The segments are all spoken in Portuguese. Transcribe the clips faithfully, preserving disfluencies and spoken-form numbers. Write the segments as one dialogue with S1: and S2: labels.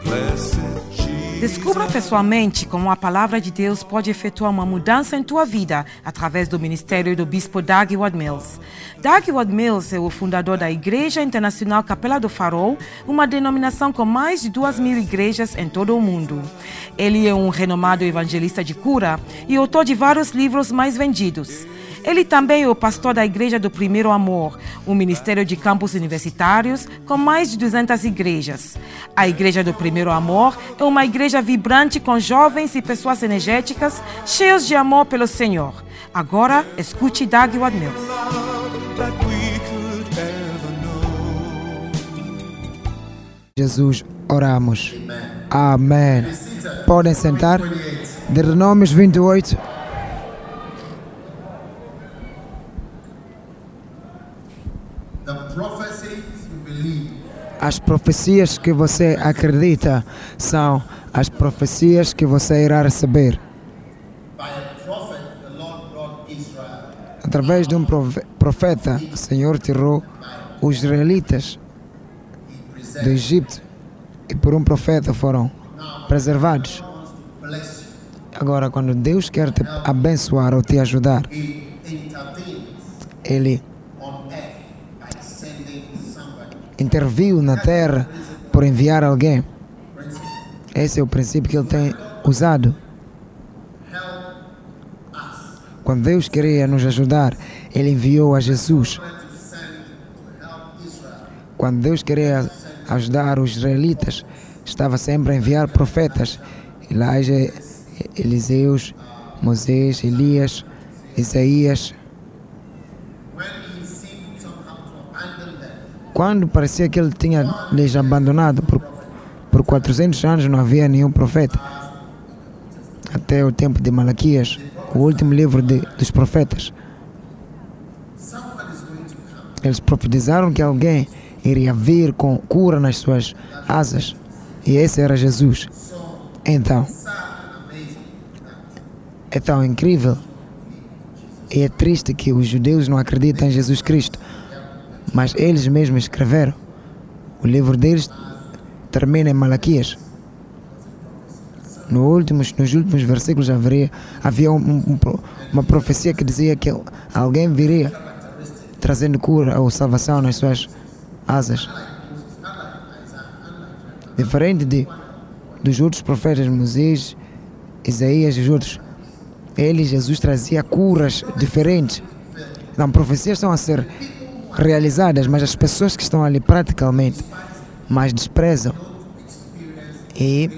S1: Descubra pessoalmente como a palavra de Deus pode efetuar uma mudança em tua vida através do ministério do bispo Doug Ward-Mills. Doug Ward-Mills é o fundador da Igreja Internacional Capela do Farol, uma denominação com mais de duas mil igrejas em todo o mundo. Ele é um renomado evangelista de cura e autor de vários livros mais vendidos. Ele também é o pastor da Igreja do Primeiro Amor, um ministério de campos universitários com mais de duzentas igrejas. A Igreja do Primeiro Amor é uma igreja vibrante com jovens e pessoas energéticas, cheios de amor pelo Senhor. Agora, escute Doug Ward-Mills.
S2: Jesus, oramos. Amém. Podem sentar. Deuteronômio vinte e oito. As profecias que você acredita são as profecias que você irá receber. Através de um profeta, o Senhor tirou os israelitas do Egito e por um profeta foram preservados. Agora, quando Deus quer te abençoar ou te ajudar, Ele interviu na terra por enviar alguém. Esse é o princípio que Ele tem usado. Quando Deus queria nos ajudar, Ele enviou a Jesus. Quando Deus queria ajudar os israelitas, estava sempre a enviar profetas. Elijah, Eliseus, Moisés, Elias, Isaías. Quando parecia que ele tinha lhes abandonado, por, por quatrocentos anos não havia nenhum profeta. Até o tempo de Malaquias, o último livro de, dos profetas. Eles profetizaram que alguém iria vir com cura nas suas asas. E esse era Jesus. Então, é tão incrível e é triste que os judeus não acreditam em Jesus Cristo. Mas eles mesmos escreveram. O livro deles termina em Malaquias. No últimos, nos últimos versículos haveria, havia um, um, uma profecia que dizia que alguém viria trazendo cura ou salvação nas suas asas. Diferente de, dos outros profetas, Moisés, Isaías e os outros. Ele, Jesus, trazia curas diferentes. Então, profecias estão a ser realizadas, mas as pessoas que estão ali praticamente mais desprezam e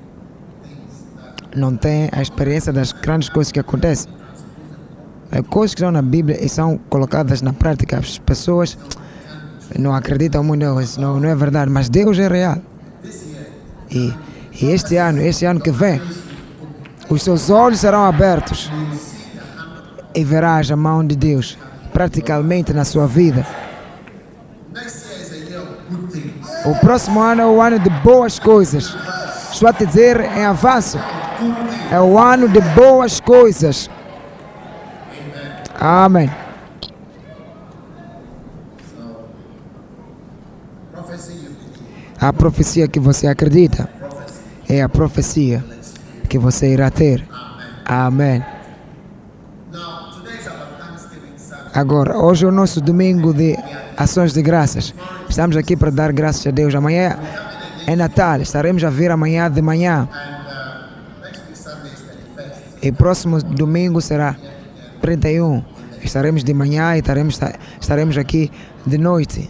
S2: não têm a experiência das grandes coisas que acontecem. As coisas que estão na Bíblia e são colocadas na prática, as pessoas não acreditam muito, não, não é verdade, mas Deus é real. E, e este ano, este ano que vem, os seus olhos serão abertos e verás a mão de Deus praticamente na sua vida. O próximo ano é o ano de boas coisas. Estou a te dizer em avanço. É o ano de boas coisas. Amém. A profecia que você acredita é a profecia que você irá ter. Amém. Agora, hoje é o nosso domingo de ações de graças. Estamos aqui para dar graças a Deus. Amanhã é Natal. Estaremos a vir amanhã de manhã. E próximo domingo será trinta e um. Estaremos de manhã e estaremos, estaremos aqui de noite.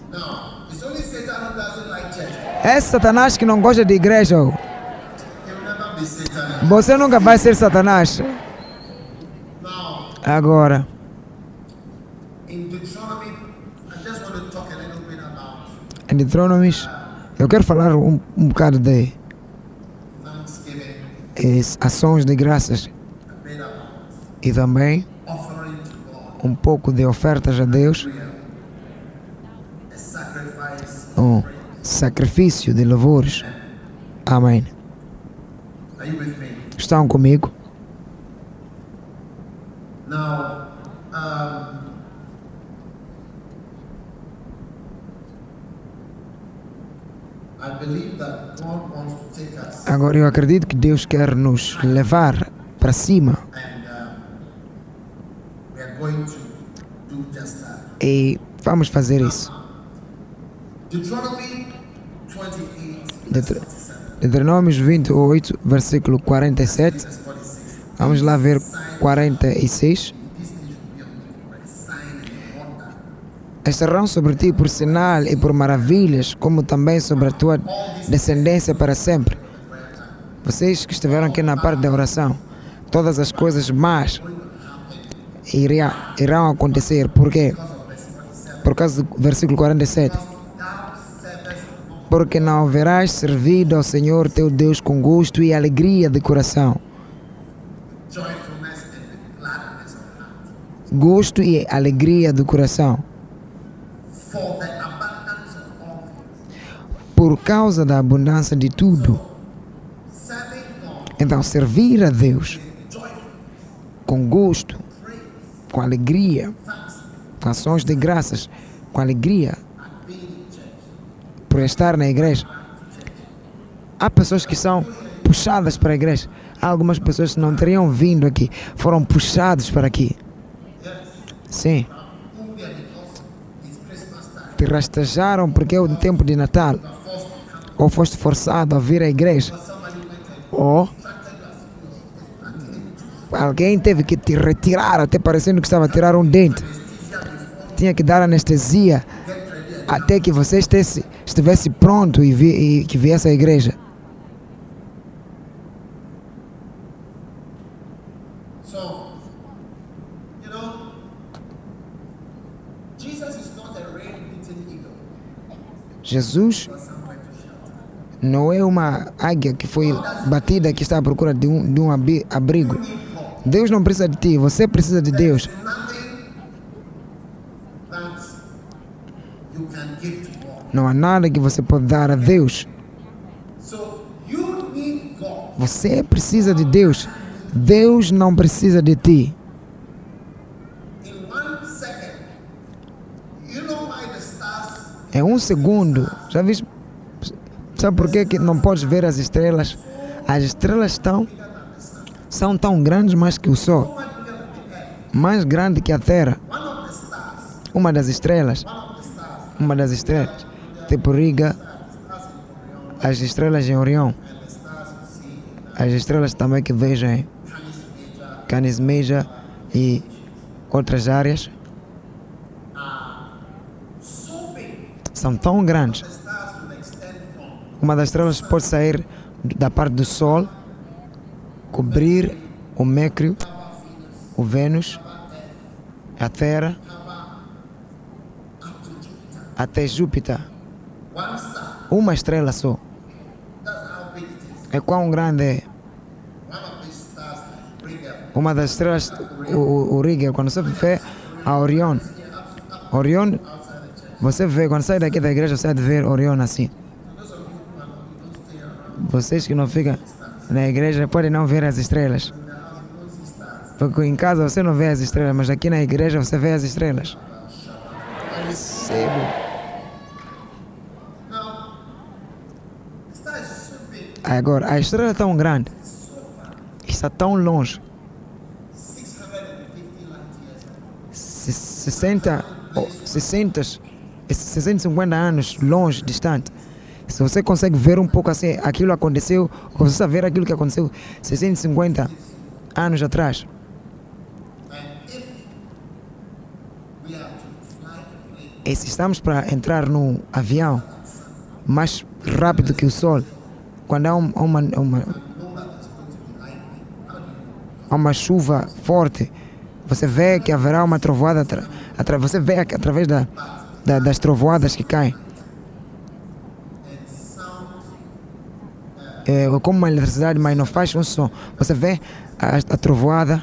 S2: É Satanás que não gosta de igreja. Você nunca vai ser Satanás. Agora, em Deuteronômio, eu quero falar um, um bocado de ações de graças e também um pouco de ofertas a Deus, um sacrifício de louvores. Amém. Estão comigo? Agora eu acredito que Deus quer nos levar para cima. E vamos fazer isso. Deuteronômio vinte e oito, versículo quarenta e sete. Vamos lá ver quarenta e seis. Estarão sobre ti por sinal e por maravilhas, como também sobre a tua descendência para sempre. Vocês que estiveram aqui na parte da oração, todas as coisas más irão, irão acontecer. Por quê? Por causa do versículo quarenta e sete. Porque não haverás servido ao Senhor teu Deus com gosto e alegria de coração. Gosto e alegria do coração. Por causa da abundância de tudo. Então, servir a Deus com gosto, com alegria, com ações de graças, com alegria, por estar na igreja. Há pessoas que são puxadas para a igreja. Há algumas pessoas que não teriam vindo aqui, foram puxados para aqui. Sim. Te rastejaram porque é o tempo de Natal. Ou foste forçado a vir à igreja. Ou alguém teve que te retirar, até parecendo que estava a tirar um dente. Tinha que dar anestesia até que você estivesse, estivesse pronto e, vi, e que viesse à igreja. Jesus não é uma águia que foi batida, que está à procura de um, de um abrigo. Deus não precisa de ti, você precisa de Deus. Não há nada que você pode dar a Deus. Você precisa de Deus. Deus não precisa de ti. Em um segundo, já viste? Sabe por que que não podes ver as estrelas? As estrelas estão, são tão grandes mais que o Sol. Mais grande que a Terra. Uma das estrelas. Uma das estrelas. Tipo Riga. As estrelas em Orião. As estrelas também que vejo em Canis Major e outras áreas. São tão grandes. Uma das estrelas pode sair da parte do Sol, cobrir o Mercúrio, o Vênus, a Terra, até Júpiter. Uma estrela só. É quão grande é. Uma das estrelas, o, o, o Rigel, quando você vê a Orion, Orion, você vê, quando sai daqui da igreja, você vai ver Orion assim. Vocês que não ficam na igreja podem não ver as estrelas. Porque em casa você não vê as estrelas, mas aqui na igreja você vê as estrelas. Sério. Agora, a estrela é tão grande, está tão longe. sessenta, sessenta, sessenta e cinquenta anos longe, distante. Se você consegue ver um pouco assim, aquilo aconteceu, ou você está ver aquilo que aconteceu sessenta e cinquenta anos atrás. E se estamos para entrar num avião mais rápido que o Sol, quando há uma, uma, uma, uma chuva forte, você vê que haverá uma trovoada, atra, atra, você vê através da, da, das trovoadas que caem. É como uma eletricidade, mas não faz um som. Você vê a, a trovoada,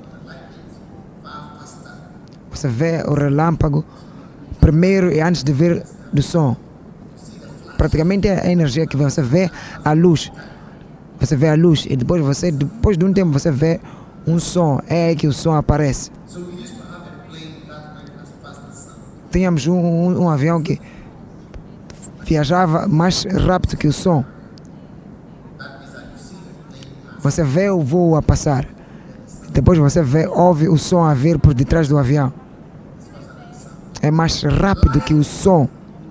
S2: você vê o relâmpago, primeiro e antes de ver do som. Praticamente é a energia que você vê, a luz. Você vê a luz e depois você, depois de um tempo você vê um som. É aí que o som aparece. Tínhamos um, um, um avião que viajava mais rápido que o som. Você vê o voo a passar. Depois você vê, ouve o som a vir por detrás do avião. É mais rápido que o som.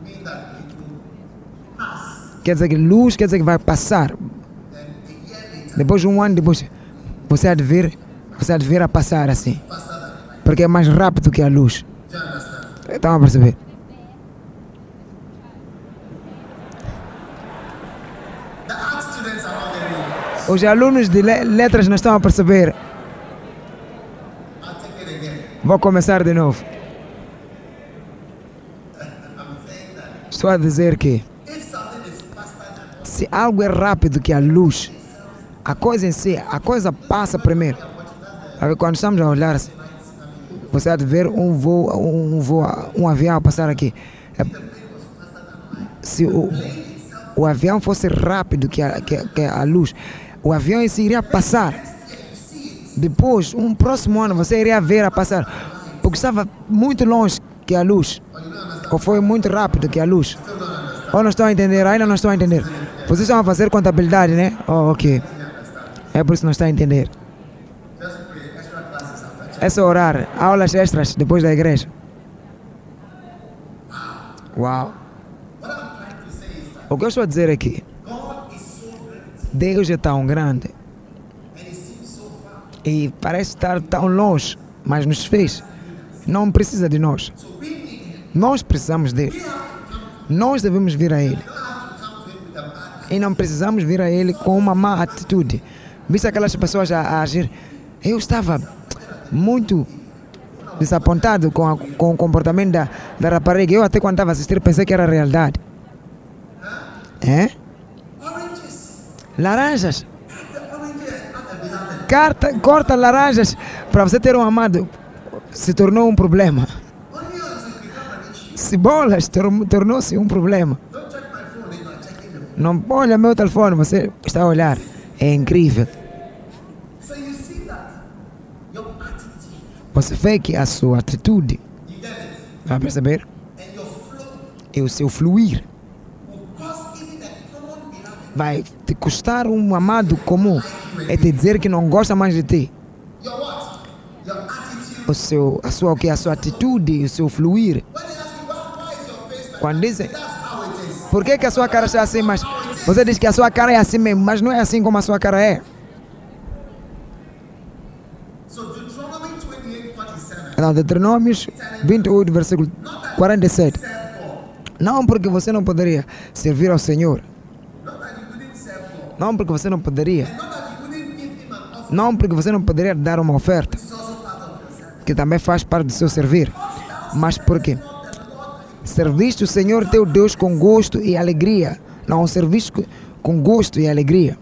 S2: Quer dizer que luz quer dizer que vai passar. Depois de um ano depois, você há de ver, você há de ver a passar assim. Porque é mais rápido que a luz. Estão a perceber? Os alunos de letras não estão a perceber. Vou começar de novo. Estou a dizer que se algo é rápido que a luz, a coisa em si, a coisa passa primeiro. Quando estamos a olhar, você há de ver um voo, um, voo, um avião a passar aqui. Se o, o avião fosse rápido que a, que, que a luz, o avião em si iria passar. Depois, um próximo ano, você iria ver a passar. Porque estava muito longe que a luz. Ou foi muito rápido que a luz. Ou não estão a entender? Ainda não estão a entender. Vocês estão a fazer contabilidade, né? Oh, ok. É por isso que não estão a entender. É só orar. Aulas extras depois da igreja. Uau. O que eu estou a dizer aqui? Deus é tão grande. E parece estar tão longe. Mas nos fez. Não precisa de nós. Nós precisamos dele. Nós devemos vir a ele. E não precisamos vir a ele com uma má atitude. Viste aquelas pessoas a, a agir. Eu estava muito desapontado com, a, com o comportamento da, da rapariga. Eu até quando estava a assistir pensei que era realidade. É? Laranjas. Carta, corta laranjas para você ter um amado. Se tornou um problema. Cebolas tornou-se um problema. Não olha meu telefone, você está a olhar. É incrível. Você vê que a sua atitude, vai perceber? E o seu fluir vai te custar um amado comum. É te dizer que não gosta mais de ti. O seu, a sua, o que? A sua atitude, o seu fluir. Quando dizem, por que, que a sua cara está assim? Mas você diz que a sua cara é assim mesmo, mas não é assim como a sua cara é. Então, Deuteronômios vinte e oito, versículo quarenta e sete. Não porque você não poderia servir ao Senhor. Não porque você não poderia. Não porque você não poderia dar uma oferta, que também faz parte do seu servir. Mas porque serviste o Senhor teu Deus com gosto e alegria. Não, serviste com gosto e alegria.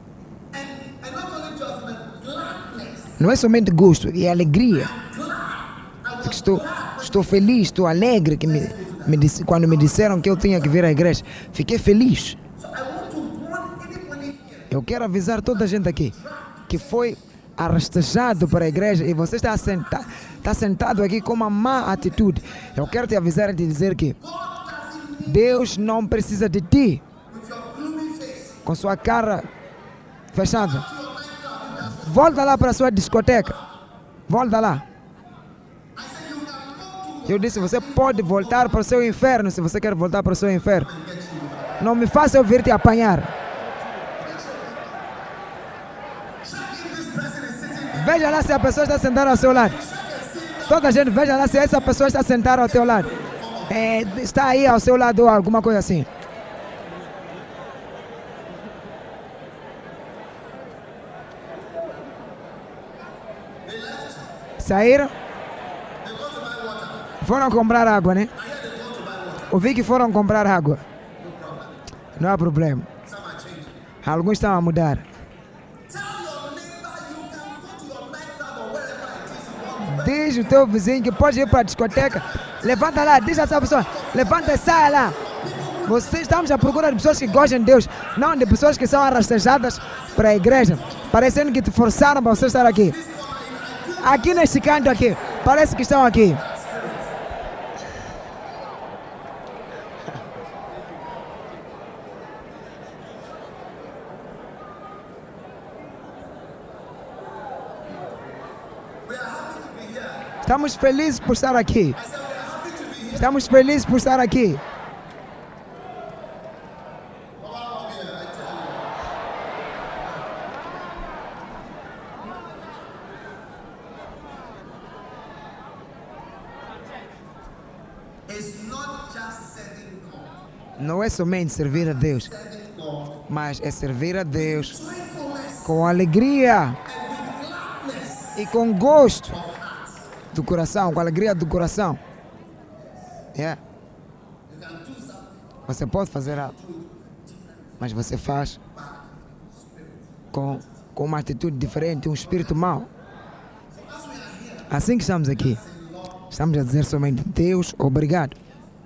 S2: Não é somente gosto e alegria. Estou, estou feliz, estou alegre que me, me disse, quando me disseram que eu tinha que vir à igreja. Fiquei feliz. Eu quero avisar toda a gente aqui que foi arrastejado para a igreja e você está, senta, está sentado aqui com uma má atitude. Eu quero te avisar e te dizer que Deus não precisa de ti com sua cara fechada. Volta lá para a sua discoteca. Volta lá. Eu disse, você pode voltar para o seu inferno se você quer voltar para o seu inferno. Não me faça eu vir te apanhar. Veja lá se a pessoa está sentada ao seu lado. Toda a gente, veja lá se essa pessoa está sentada ao teu lado. É, está aí ao seu lado ou alguma coisa assim. Saíram? Foram comprar água, né? Ouvi que foram comprar água. Não há problema. Alguns estão a mudar. Diz o teu vizinho que pode ir para a discoteca. Levanta lá, diz a essa pessoa. Levanta e sai lá. Vocês estamos à procura de pessoas que gostam de Deus, não de pessoas que são arrastejadas para a igreja, parecendo que te forçaram para você estar aqui. Aqui neste canto aqui, parece que estão aqui. Estamos felizes por estar aqui. Estamos felizes por estar aqui. Não é somente servir a Deus, mas é servir a Deus com alegria e com gosto do coração, com alegria do coração. Yeah. Você pode fazer algo, mas você faz com, com uma atitude diferente, um espírito mau. Assim que estamos aqui, estamos a dizer somente Deus, obrigado.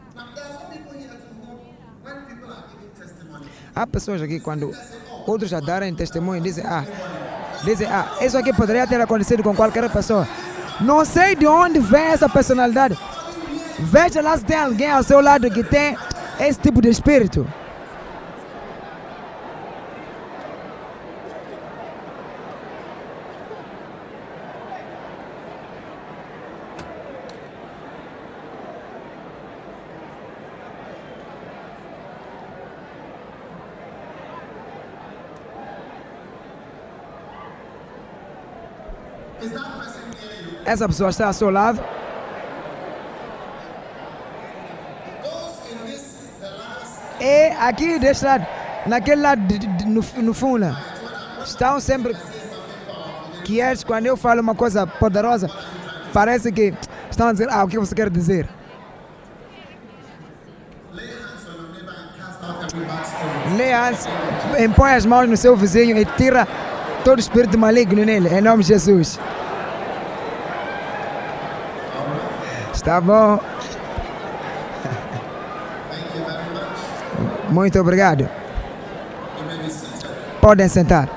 S2: Há pessoas aqui, quando outros já darem testemunho, dizem, ah, dizem, ah, isso aqui poderia ter acontecido com qualquer pessoa. Não sei de onde vem essa personalidade. Veja lá se tem alguém ao seu lado que tem esse tipo de espírito. Essa pessoa está ao seu lado. E aqui deste lado, naquele lado, de, de, no, no fundo, estão sempre quietos. Quando eu falo uma coisa poderosa, parece que estão a dizer, ah, o que você quer dizer? Leia antes, impõe as mãos no seu vizinho e tira todo espírito maligno nele, em nome de Jesus. Está bom. Muito obrigado. Podem sentar.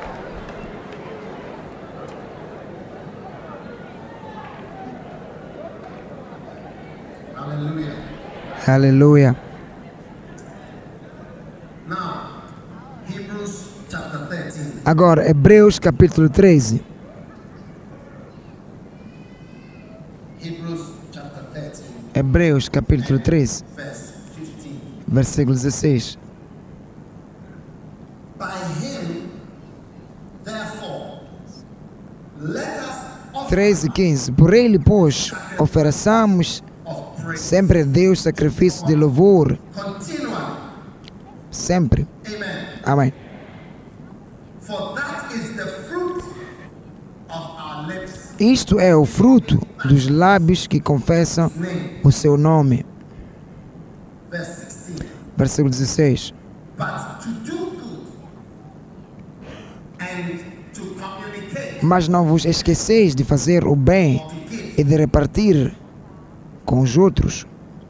S2: Aleluia. Aleluia. Agora, Hebreus capítulo treze. Hebreus capítulo treze, versículo dezesseis. treze e quinze. Por ele, pois, ofereçamos sempre a Deus sacrifício de louvor. Sempre. Amém. Isto é o fruto dos lábios que confessam o seu nome. Versículo dezesseis. Mas não vos esqueceis de fazer o bem e de repartir com os outros.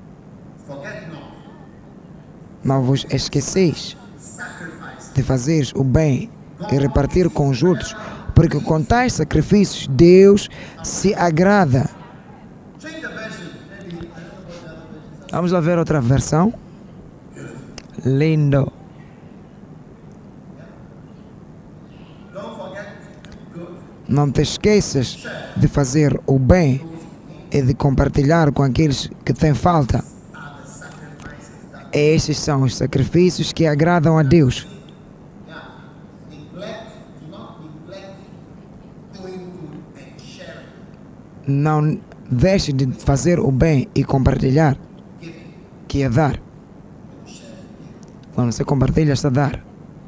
S2: Não vos esqueceis de fazer o bem e repartir com os outros, porque com tais sacrifícios Deus se agrada. Vamos lá ver outra versão. Lindo. Não te esqueças de fazer o bem e de compartilhar com aqueles que têm falta. Estes são os sacrifícios que agradam a Deus. Não deixe de fazer o bem e compartilhar, que é dar. Quando você compartilha, está a dar.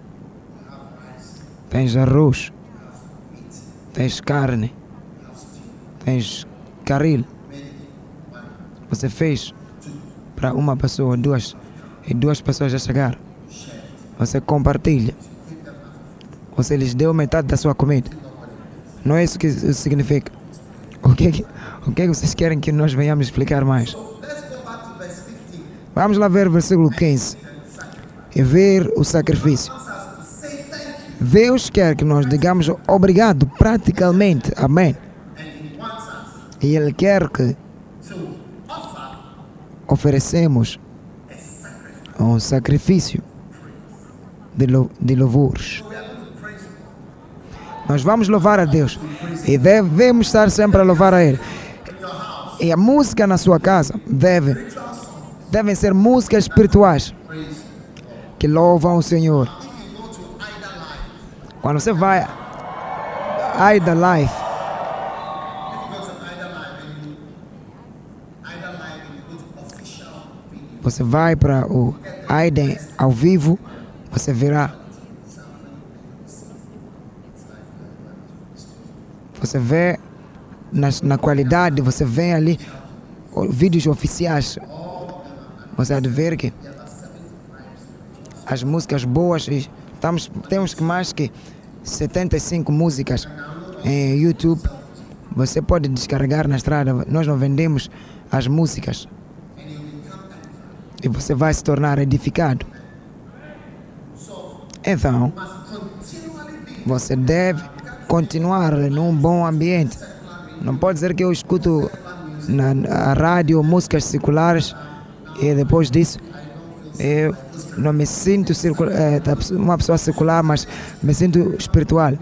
S2: Tens arroz, tens carne, tens caril. Você fez para uma pessoa, duas, e duas pessoas já chegaram. Você compartilha. Você lhes deu metade da sua comida. Não é isso que isso significa. O que, é que, o que é que vocês querem que nós venhamos explicar mais? Vamos lá ver o versículo quinze. E ver o sacrifício. Deus quer que nós digamos obrigado praticamente. Amém. E Ele quer que oferecemos um sacrifício de, lou de louvores. Nós vamos louvar a Deus e devemos estar sempre a louvar a Ele. E a música na sua casa deve, devem ser músicas espirituais que louvam o Senhor. Quando você vai a Ida Life, você vai para o Aiden ao vivo, você verá. Você vê na, na qualidade, você vê ali vídeos oficiais. Você há de ver que as músicas boas, estamos, temos que mais que setenta e cinco músicas em YouTube. Você pode descarregar na estrada, nós não vendemos as músicas. E você vai se tornar edificado. Então, você deve continuar num bom ambiente. Não pode dizer que eu escuto na, na rádio músicas seculares e depois disso eu não me sinto circula, é, uma pessoa secular, mas me sinto espiritual.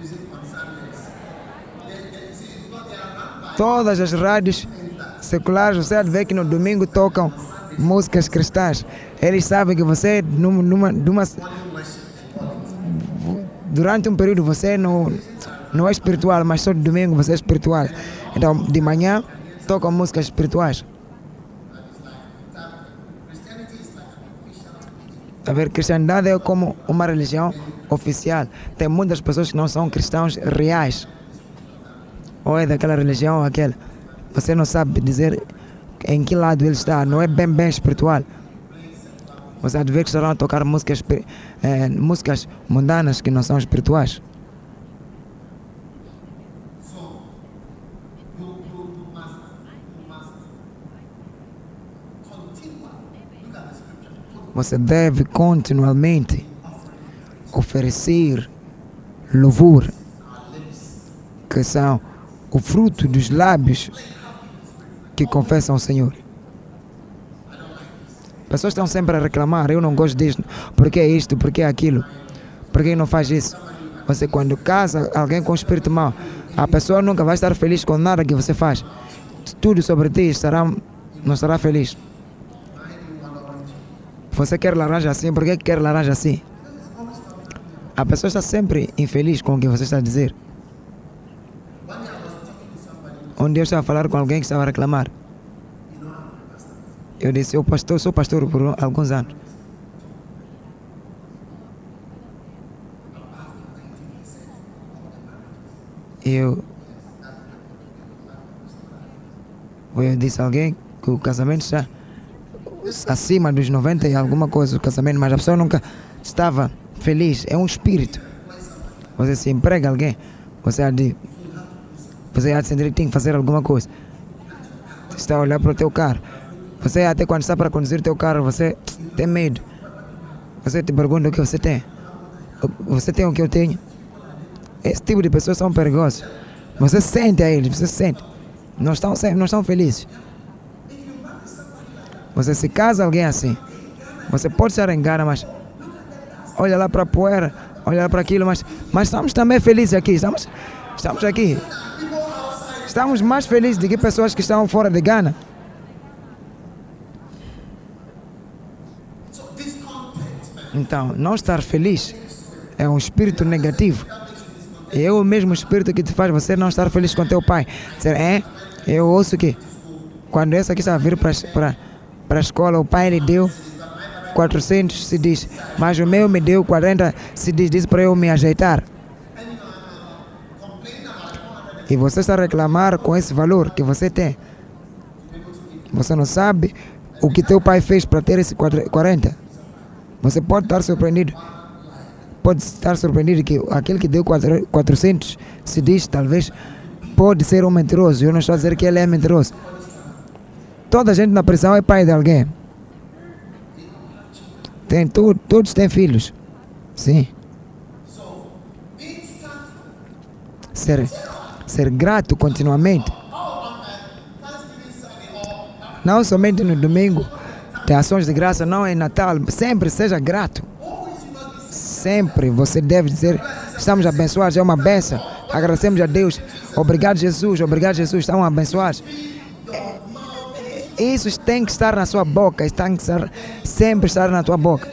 S2: Todas as rádios seculares, você vê que no domingo tocam músicas cristãs. Eles sabem que você, numa, numa, durante um período, você não, não é espiritual, mas só de domingo você é espiritual. Então, de manhã, tocam músicas espirituais. A ver, cristianidade é como uma religião oficial. Tem muitas pessoas que não são cristãos reais. Ou é daquela religião ou aquela. Você não sabe dizer em que lado ele está. Não é bem, bem espiritual. Você há de ver que estarão a tocar músicas, eh, músicas mundanas que não são espirituais. Você deve continuamente oferecer louvor, que são o fruto dos lábios que confessam ao Senhor. Pessoas estão sempre a reclamar, eu não gosto disto, porque é isto, porque é aquilo, porque não faz isso. Você, quando casa alguém com espírito mau, a pessoa nunca vai estar feliz com nada que você faz. Tudo sobre ti estará, não estará feliz. Você quer laranja assim, por que quer laranja assim? A pessoa está sempre infeliz com o que você está a dizer. Um dia eu estava a falar com alguém que estava a reclamar. Eu disse, eu pastor, sou pastor por alguns anos. Eu, eu disse a alguém que o casamento está acima dos noventa e alguma coisa, o casamento, mas a pessoa nunca estava feliz. É um espírito. Você se emprega alguém, você há de, você há de sentir que tem que fazer alguma coisa. Você está a olhar para o teu carro. Você até quando está para conduzir o teu carro, você tem medo. Você te pergunta o que você tem. Você tem o que eu tenho. Esse tipo de pessoas são perigosas. Você sente a eles, você sente. Não estão, não estão felizes. Você se casa alguém assim, você pode se engana, mas olha lá para a poeira, olha lá para aquilo, mas, mas estamos também felizes aqui, estamos, estamos aqui. Estamos mais felizes do que pessoas que estão fora de Ghana. Então, não estar feliz é um espírito negativo. E é o mesmo espírito que te faz você não estar feliz com teu pai. Dizer, é, eu ouço que quando essa aqui está a vir para para a escola, o pai lhe deu quatrocentos C Ds, mas o meu me deu quarenta C Ds, disse para eu me ajeitar. E você está a reclamar com esse valor que você tem. Você não sabe o que teu pai fez para ter esse quarenta. Você pode estar surpreendido. Pode estar surpreendido que aquele que deu quatrocentos C Ds, talvez, pode ser um mentiroso. Eu não estou a dizer que ele é mentiroso. Toda gente na prisão é pai de alguém. Tem, to, todos têm filhos. Sim. Ser, ser grato continuamente. Não somente no domingo, tem ações de graça, não é Natal. Sempre seja grato. Sempre você deve dizer, estamos abençoados, é uma bênção. Agradecemos a Deus. Obrigado, Jesus. Obrigado, Jesus. Estamos abençoados. isso tem que estar na sua boca, tem que estar, sempre estar na tua boca.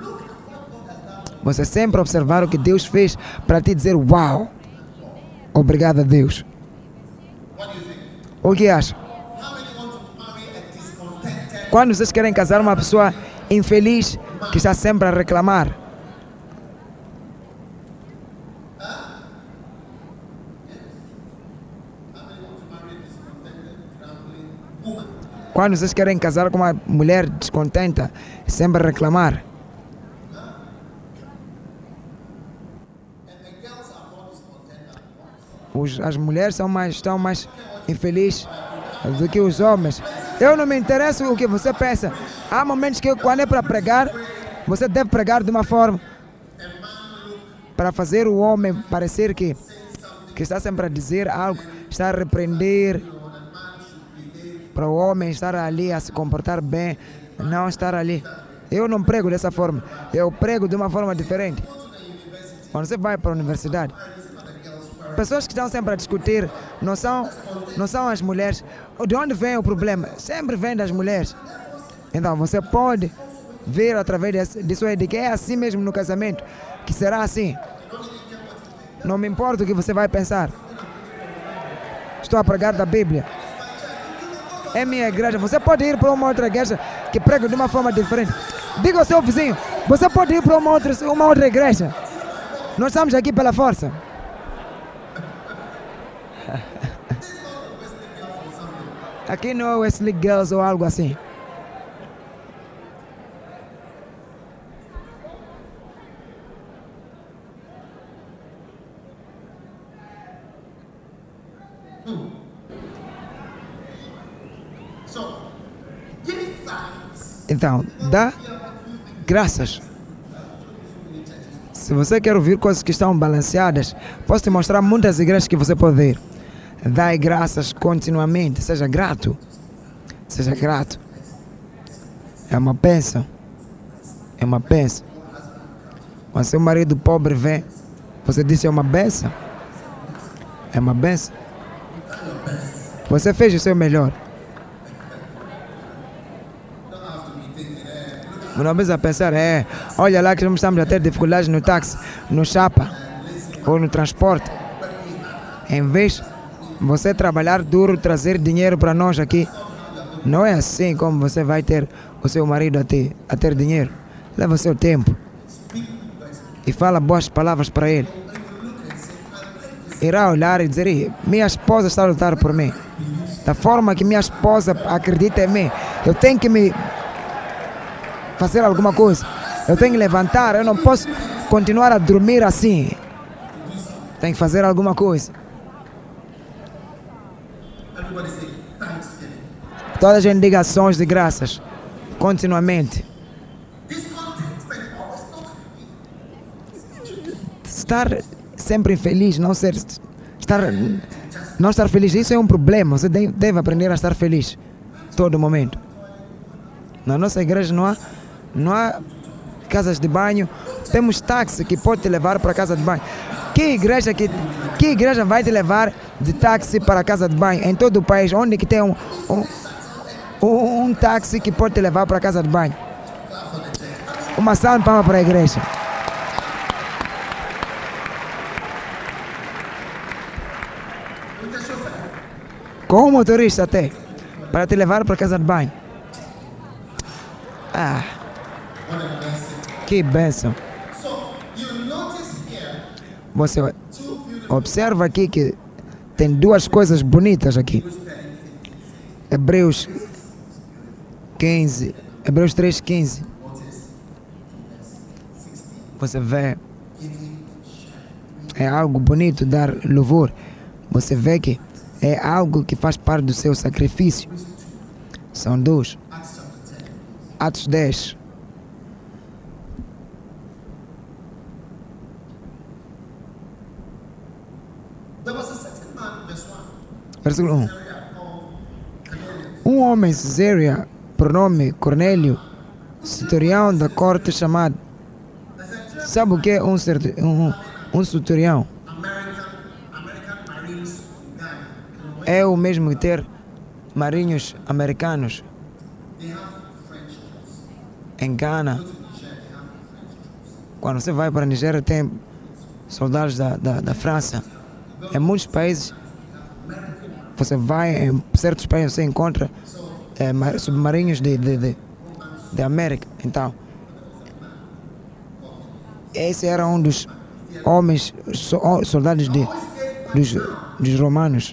S2: Você sempre observar o que Deus fez para te dizer, uau, obrigado a Deus. O que acha? Quando vocês querem casar uma pessoa infeliz que está sempre a reclamar? Quando vocês querem casar com uma mulher descontenta, sempre a reclamar? Os, as mulheres são mais, estão mais infelizes do que os homens. Eu não me interesso o que você pensa. Há momentos que quando é para pregar, você deve pregar de uma forma para fazer o homem parecer que, que está sempre a dizer algo, está a repreender, para o homem estar ali a se comportar bem, não estar ali. Eu não prego dessa forma, eu prego de uma forma diferente. Quando você vai para a universidade, pessoas que estão sempre a discutir não são, não são as mulheres. De onde vem o problema? Sempre vem das mulheres. Então você pode ver através disso aí de que é assim mesmo no casamento, que será assim. Não me importa o que você vai pensar. Estou a pregar da Bíblia. É minha igreja. Você pode ir para uma outra igreja que prega de uma forma diferente. Diga ao seu vizinho, você pode ir para uma outra, uma outra igreja. Nós estamos aqui pela força. Aqui não é Wesley Girls ou algo assim. Então, dá graças. Se você quer ouvir coisas que estão balanceadas, posso te mostrar muitas igrejas que você pode ir. Dai graças continuamente, seja grato. Seja grato. É uma bênção. É uma bênção. Quando seu marido pobre vem, você disse é uma bênção. É uma bênção. Você fez o seu melhor. Não precisa pensar, é, olha lá que estamos a ter dificuldades no táxi, no chapa ou no transporte. Em vez de você trabalhar duro, trazer dinheiro para nós aqui, não é assim como você vai ter o seu marido a ter, a ter dinheiro. Leva o seu tempo e fala boas palavras para ele. Irá olhar e dizer, minha esposa está a lutar por mim. Da forma que minha esposa acredita em mim, eu tenho que me fazer alguma coisa. Eu tenho que levantar, eu não posso continuar a dormir assim. Tenho que fazer alguma coisa. Toda a gente diga ações de graças, continuamente. Estar sempre infeliz, não ser, estar, não estar feliz, isso é um problema. Você deve aprender a estar feliz todo momento. Na nossa igreja não há, não há casas de banho. Temos táxi que pode te levar para a casa de banho. Que igreja, que, que igreja vai te levar de táxi para a casa de banho em todo o país? Onde que tem um, um, um, um táxi que pode te levar para a casa de banho? Uma salva de palmas para a igreja. Com um motorista até, para te levar para a casa de banho. Ah, que bênção. Você observa aqui que tem duas coisas bonitas aqui. Hebreus quinze, Hebreus três, quinze. Você vê, é algo bonito dar louvor. Você vê que é algo que faz parte do seu sacrifício. São dois. Atos dez. Versículo um. Um homem, Cesarea, pronome Cornélio, centurião da corte chamado. Sabe o que é um, um, um centurião? É o mesmo que ter marinhos americanos em Gana, quando você vai para a Nigéria, tem soldados da, da, da França. Em muitos países, você vai, em certos países você encontra é, submarinos de, de, de, de América. Então, esse era um dos homens, soldados de, dos, dos romanos.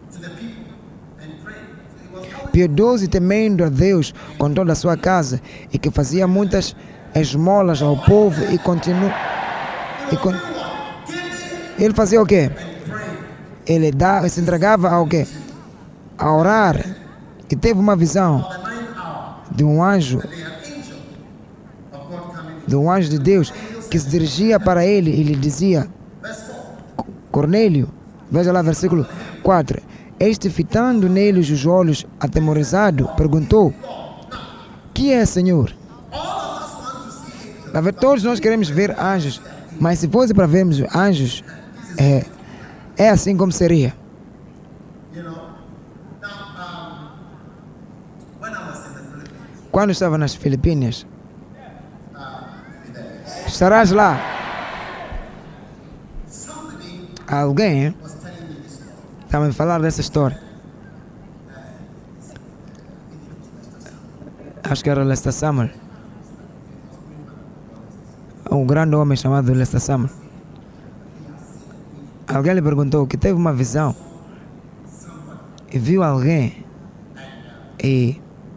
S2: Piedoso e temendo a Deus com toda a sua casa, e que fazia muitas esmolas ao povo e continua. E con... Ele fazia o quê? Ele dá, se entregava ao quê? A orar. E teve uma visão de um anjo, de um anjo de Deus, que se dirigia para ele e lhe dizia: Cornélio, veja lá versículo quatro. Este, fitando neles os olhos, atemorizado, perguntou: que é, Senhor? Todos nós queremos ver anjos, mas se fosse para vermos anjos, é, é assim como seria. Quando estava nas Filipinas, estarás lá. Alguém estava a falar dessa história. Acho que era Lester Summer. Um grande homem chamado Lester Summer. Alguém lhe perguntou que teve uma visão e viu alguém e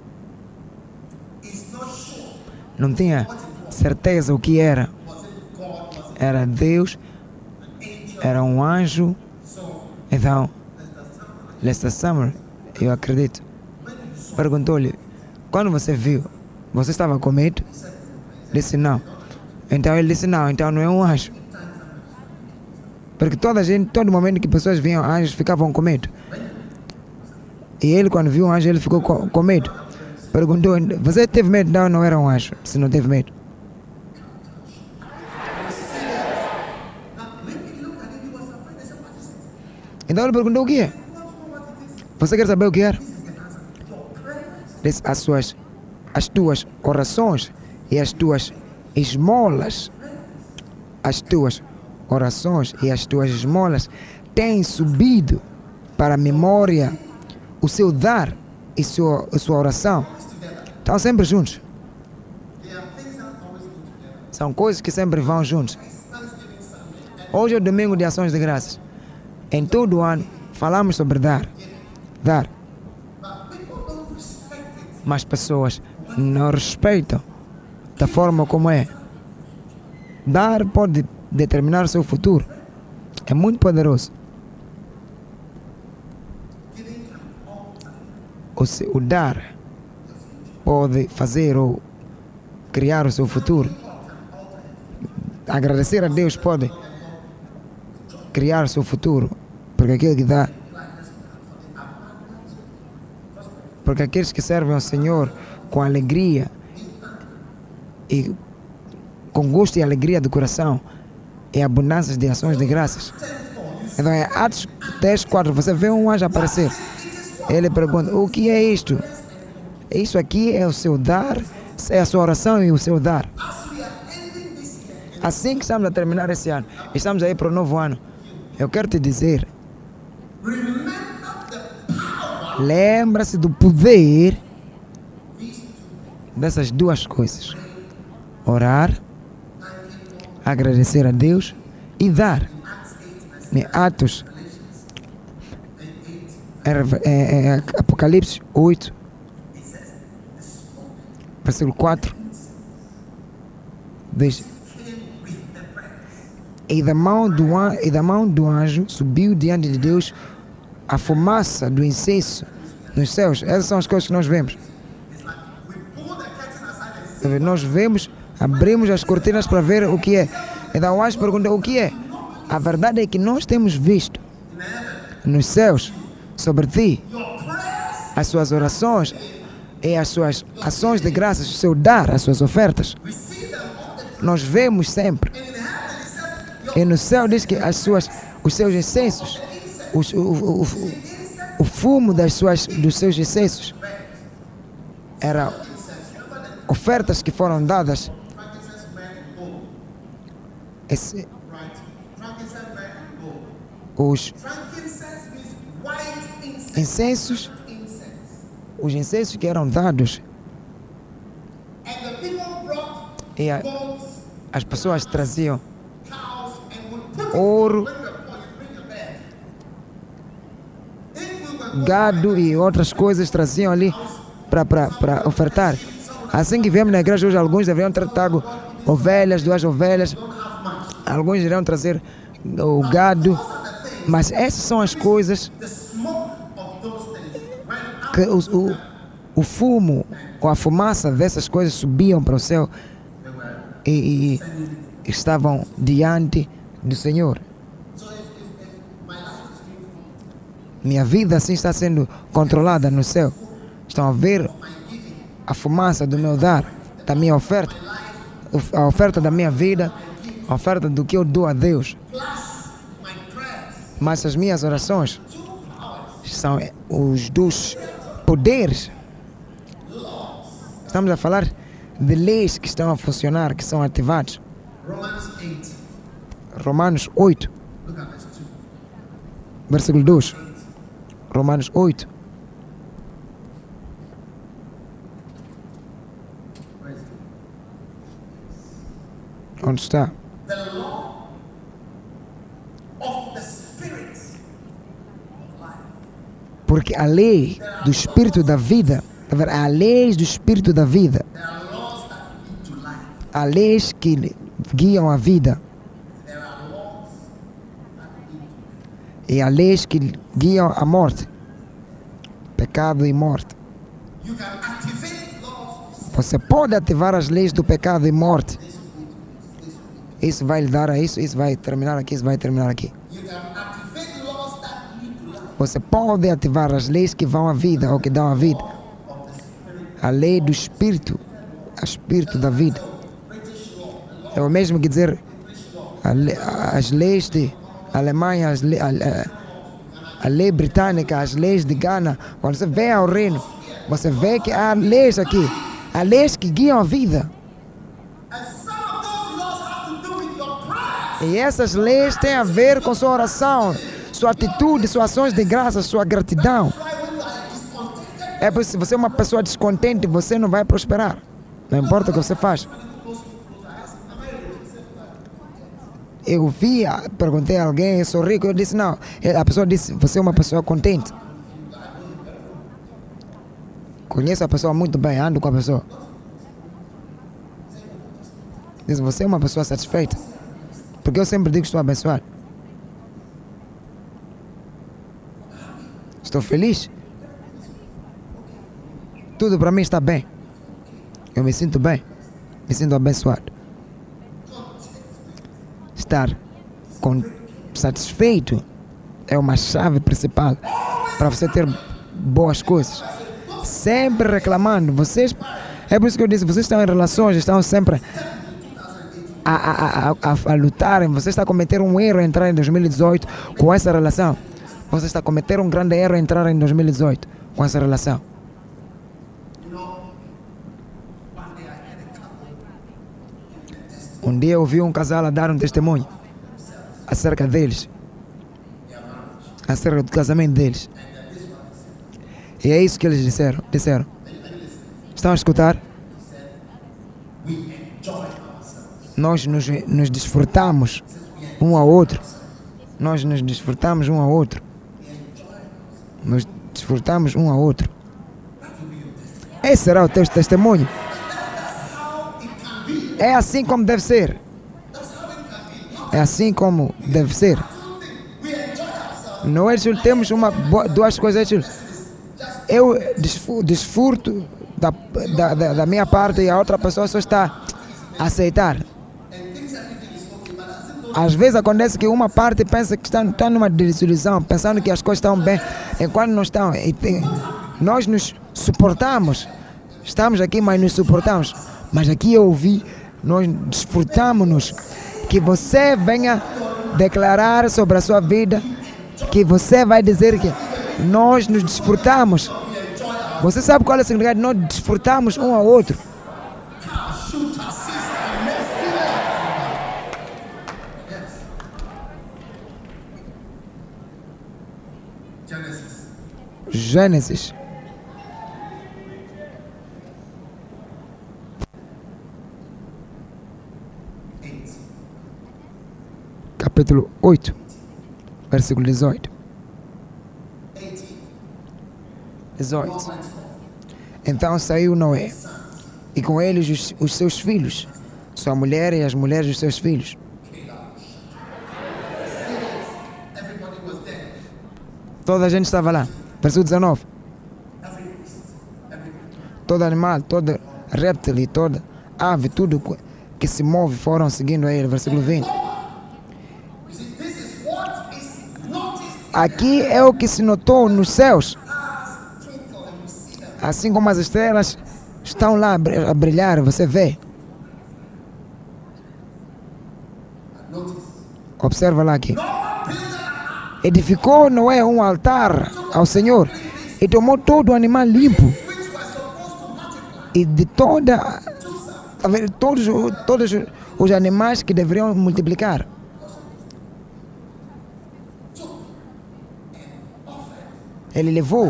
S2: não tinha certeza o que era. Era Deus, era um anjo. Então, Lester Summer, eu acredito, perguntou-lhe: quando você viu, você estava com medo? Disse não. Então ele disse não, então não é um anjo. Porque toda gente, todo momento que pessoas viam anjos, ficavam com medo. E ele, quando viu um anjo, ele ficou com, com medo. Perguntou: você teve medo? Não, não era um anjo. Se não teve medo. Então ele perguntou: o que é? Você quer saber o que era? Disse: as suas, as tuas orações e as tuas esmolas, as tuas orações e as tuas esmolas têm subido para a memória o seu dar e sua, a sua oração. Estão sempre juntos. São coisas que sempre vão juntos. Hoje é o domingo de ações de graças. Em todo o ano falamos sobre dar, dar. Mas pessoas não respeitam da forma como é. Dar pode determinar o seu futuro. É muito poderoso. O, se, o dar pode fazer ou criar o seu futuro. Agradecer a Deus pode criar o seu futuro. Porque aquilo que dá. Porque aqueles que servem ao Senhor com alegria e com gosto e alegria do coração e abundância de ações de graças. Então é Atos dez, quatro, você vê um anjo aparecer. Ele pergunta: o que é isto? Isso aqui é o seu dar, é a sua oração e o seu dar. Assim que estamos a terminar esse ano, estamos aí para o novo ano, eu quero te dizer, lembra-se do poder dessas duas coisas: orar, agradecer a Deus e dar. Em Atos, é, é, Apocalipse oito, versículo quatro, diz: e da mão do, an, e da mão do anjo subiu diante de Deus a fumaça do incenso nos céus. Essas são as coisas que nós vemos. Nós vemos, abrimos as cortinas para ver o que é. Então o anjo pergunta: o que é? A verdade é que nós temos visto nos céus sobre ti as suas orações e as suas ações de graças, o seu dar, as suas ofertas. Nós vemos sempre. E no céu diz que as suas, os seus incensos, os, o, o, o, o fumo das suas, dos seus incensos era ofertas que foram dadas, esse, os incensos, os incensos que eram dados, e a, as pessoas traziam ouro, gado e outras coisas, traziam ali para ofertar. Assim que viemos na igreja hoje, alguns deveriam ter trago ovelhas, duas ovelhas, alguns iriam trazer o gado, mas essas são as coisas que o, o, o fumo ou a fumaça dessas coisas subiam para o céu e, e estavam diante do Senhor. Minha vida assim está sendo controlada no céu. Estão a ver a fumaça do meu dar, da minha oferta, a oferta da minha vida, a oferta do que eu dou a Deus. Mas as minhas orações são os dos poderes. Estamos a falar de leis que estão a funcionar, que são ativados. Romanos oito, versículo dois. Romanos oito. Onde está? Porque a lei do Espírito da vida, há leis do Espírito da vida, há leis que guiam a vida e há leis que guiam a morte, pecado e morte. Você pode ativar as leis do pecado e morte. Isso vai lhe dar a isso, isso vai terminar aqui, isso vai terminar aqui. Você pode ativar as leis que vão à vida ou que dão a vida. A lei do Espírito, o Espírito da vida. É o mesmo que dizer a, as leis de Alemanha, as le, a, a, a lei britânica, as leis de Gana. Quando você vem ao reino, você vê que há leis aqui, há leis que guiam a vida. E essas leis têm a ver com sua oração, sua atitude, suas ações de graça, sua gratidão. É por isso, se você é uma pessoa descontente, você não vai prosperar. Não importa o que você faz. Eu vi, perguntei a alguém, eu sou rico, eu disse não. A pessoa disse, você é uma pessoa contente. Conheço a pessoa muito bem, ando com a pessoa. Diz, você é uma pessoa satisfeita. Porque eu sempre digo que estou abençoado. Estou feliz. Tudo para mim está bem. Eu me sinto bem. Me sinto abençoado. Estar com, satisfeito é uma chave principal para você ter boas coisas. Sempre reclamando. Vocês, é por isso que eu disse, vocês estão em relações, estão sempre a, a, a, a, a lutarem. Você está a cometer um erro em entrar em dois mil e dezoito com essa relação. Você está a cometer um grande erro em entrar em dois mil e dezoito com essa relação. Um dia eu ouvi um casal a dar um testemunho acerca deles, acerca do casamento deles. E é isso que eles disseram. disseram. Estão a escutar? Nós nos, nos desfrutamos um ao outro. Nós nos desfrutamos um ao outro. Nos desfrutamos um ao outro. Esse será o teu testemunho. É assim como deve ser. É assim como deve ser. Nós temos uma, duas coisas. Eu desfruto da, da, da minha parte e a outra pessoa só está a aceitar. Às vezes acontece que uma parte pensa que está, está numa desilusão, pensando que as coisas estão bem, enquanto não estão. E tem, nós nos suportamos. Estamos aqui, mas nos suportamos. Mas aqui eu ouvi, nós desfrutamos-nos. Que você venha declarar sobre a sua vida, que você vai dizer que nós nos desfrutamos. Você sabe qual é o significado? Nós desfrutamos um ao outro. Gênesis. Capítulo oito, versículo dezoito. dezoito. Então saiu Noé, e com ele os, os seus filhos, sua mulher e as mulheres dos seus filhos. Toda a gente estava lá. Versículo dezenove. Todo animal, todo réptil e toda ave, tudo que se move foram seguindo a ele. Versículo vinte. Aqui é o que se notou nos céus. Assim como as estrelas estão lá a brilhar, você vê. Observa lá aqui. Edificou Noé um altar ao Senhor e tomou todo o animal limpo e de toda, todos, todos os animais que deveriam multiplicar. Ele levou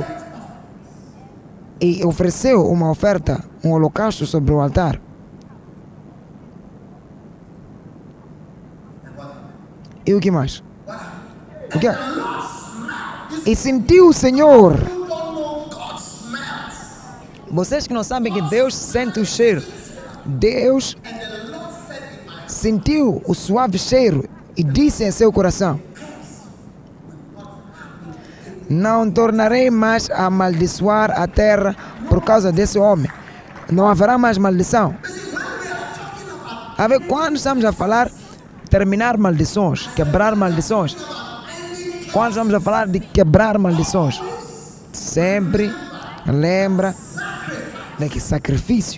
S2: e ofereceu uma oferta, um holocausto sobre o altar. E o que mais? O que? E sentiu o Senhor. Vocês que não sabem que Deus sente o cheiro. Deus sentiu o suave cheiro e disse em seu coração: não tornarei mais a amaldiçoar a terra por causa desse homem. Não haverá mais maldição. A ver, quando estamos a falar terminar maldições, quebrar maldições, quando estamos a falar de quebrar maldições, sempre lembra de que sacrifício.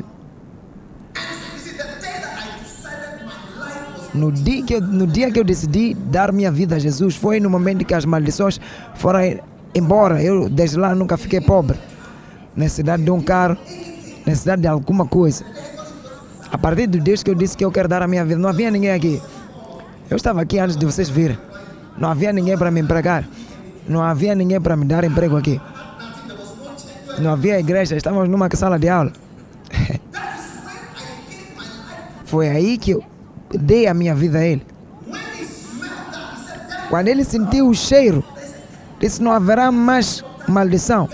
S2: No dia, que eu, no dia que eu decidi dar minha vida a Jesus, foi no momento que as maldições foram embora. Eu desde lá nunca fiquei pobre, necessidade de um carro, necessidade de alguma coisa. A partir do Deus que eu disse que eu quero dar a minha vida, não havia ninguém aqui. Eu estava aqui antes de vocês virem. Não havia ninguém para me empregar. Não havia ninguém para me dar emprego aqui. Não havia igreja, estávamos numa sala de aula. Foi aí que eu dei a minha vida a ele. Quando ele sentiu o cheiro, disse: não haverá mais maldição.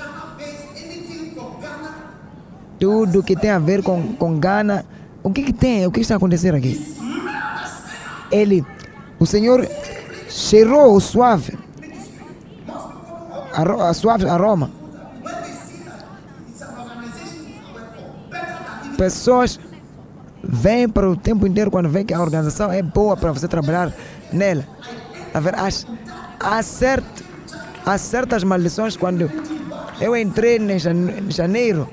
S2: Tudo que tem a ver com, com Gana. O que, que tem? O que está acontecendo aqui? Ele, o Senhor cheirou o suave, a, a suave aroma. Pessoas vêm para o tempo inteiro quando vêem que a organização é boa para você trabalhar nela. A ver, há, há, cert, há certas maldições. Quando eu entrei em janeiro,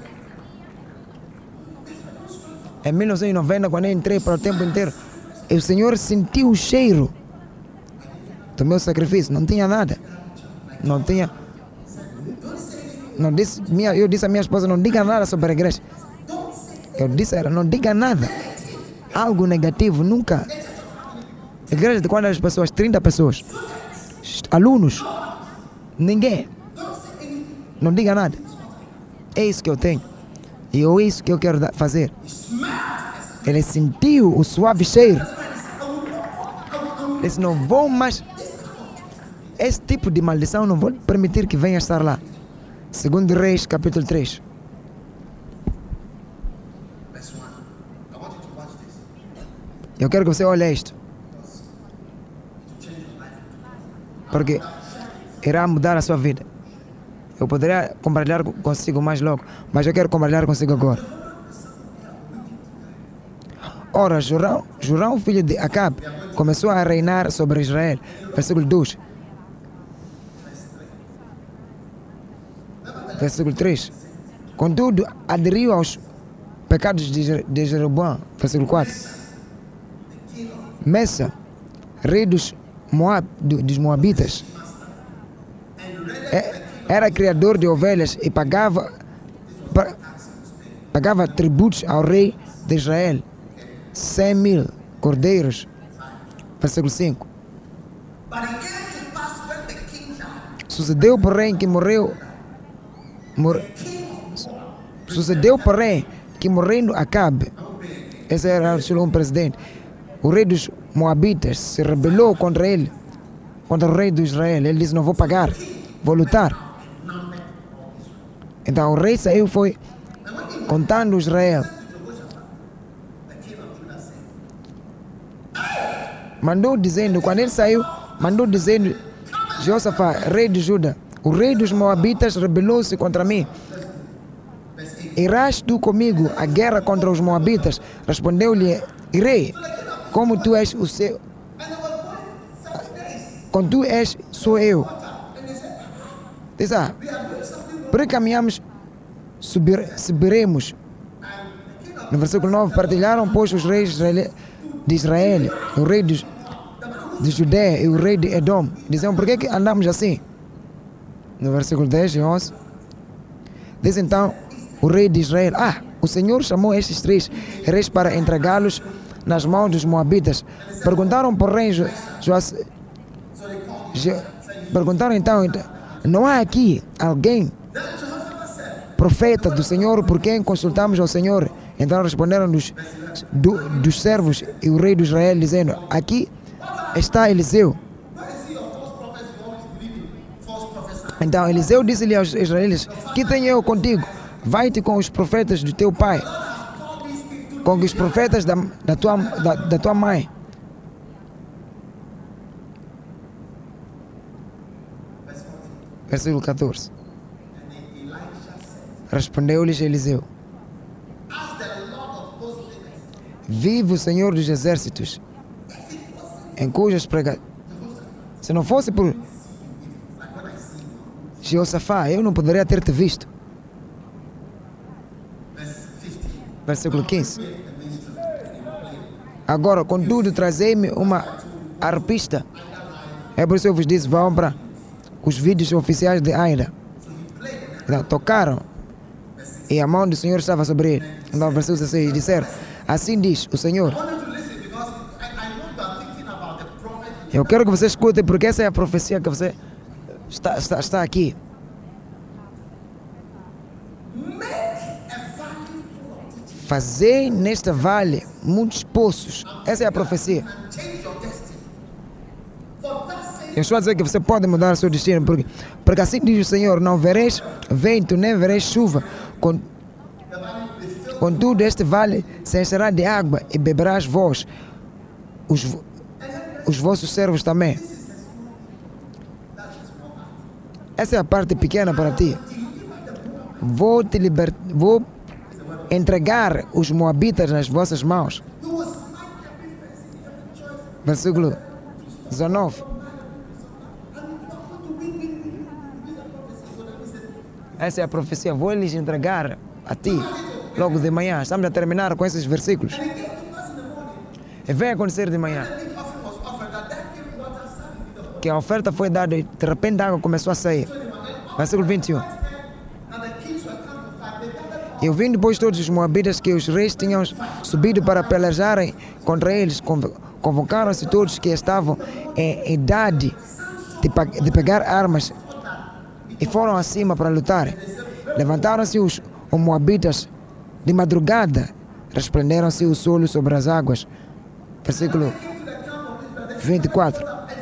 S2: em mil novecentos e noventa, quando eu entrei para o tempo inteiro, o Senhor sentiu o cheiro do meu sacrifício. Não tinha nada. Não tinha. Não disse, minha, eu disse à minha esposa: não diga nada sobre a igreja. Eu disse a ela: não diga nada. Algo negativo, nunca. Igreja de quantas pessoas? trinta pessoas. Alunos. Ninguém. Não diga nada. É isso que eu tenho. E é isso que eu quero fazer. Ele sentiu o suave cheiro. Ele disse: não vou mais. Esse tipo de maldição não vou permitir que venha estar lá. Segundo Reis, capítulo três. Eu quero que você olhe isto, porque irá mudar a sua vida. Eu poderia compartilhar consigo mais logo, mas eu quero compartilhar consigo agora. Ora, Jorão, Jorão, filho de Acabe, começou a reinar sobre Israel. Versículo dois. Versículo três. Contudo, aderiu aos pecados de Jeroboão. Versículo quatro. Messa, rei dos, Moab, dos Moabitas, era criador de ovelhas e pagava, pagava tributos ao rei de Israel, cem mil cordeiros. Versículo cinco. Sucedeu, porém, que morreu mor... sucedeu, porém, que morrendo Acabe, esse era um presidente, o rei dos Moabitas se rebelou contra ele, contra o rei de Israel. Ele disse: não vou pagar, vou lutar. Então o rei saiu, foi contando Israel. Mandou dizendo, quando ele saiu, mandou dizendo: Josafá, rei de Judá, o rei dos Moabitas rebelou-se contra mim. Irás tu comigo a guerra contra os Moabitas? Respondeu-lhe: irei, como tu és o seu. Como tu és, sou eu. Diz: ah, por que caminhamos, subir, subiremos. No versículo nove, partilharam, pois, os reis de Israel, o rei de, de Judéia e o rei de Edom. Diziam: por que, que andamos assim? No versículo dez e onze, diz então o rei de Israel: ah, o Senhor chamou estes três reis para entregá-los nas mãos dos Moabitas. Perguntaram, porém, jo, jo, jo, perguntaram então, não há aqui alguém, profeta do Senhor, por quem consultamos ao Senhor? Então responderam dos, do, dos servos e o rei de Israel, dizendo: aqui está Eliseu. Então Eliseu disse-lhe aos israelitas: que tenho eu contigo? Vai-te com os profetas do teu pai, com os profetas da, da, tua, da, da tua mãe. Versículo catorze. Respondeu-lhes Eliseu: vive o Senhor dos Exércitos, em cujas pregações, se não fosse por Jeosafá, eu não poderia ter te visto. Versículo quinze. Agora, contudo, trazei-me uma arpista. É por isso que eu vos disse: vão para os vídeos oficiais de Aida. Então, tocaram e a mão do Senhor estava sobre ele. Então, versículo dezesseis, disseram: assim diz o Senhor. Eu quero que você escute, porque essa é a profecia que você está, está, está aqui. Fazei nesta vale muitos poços. Essa é a profecia. Eu estou a dizer que você pode mudar o seu destino, porque, porque assim diz o Senhor: não vereis vento, nem vereis chuva. Com, contudo, este vale se encherá de água e beberás vós, os, os vossos servos também. Essa é a parte pequena para ti. Vou te libertar, vou entregar os Moabitas nas vossas mãos. Versículo dezenove. Essa é a profecia. Vou lhes entregar a ti logo de manhã. Estamos a terminar com esses versículos. E vem acontecer de manhã que a oferta foi dada e de repente a água começou a sair. Versículo vinte e um. E ouvindo depois todos os moabitas que os reis tinham subido para pelejarem contra eles, convocaram-se todos que estavam em idade de, de pegar armas e foram acima para lutar. Levantaram-se os, os moabitas de madrugada, resplenderam-se o sol sobre as águas. Versículo vinte e quatro.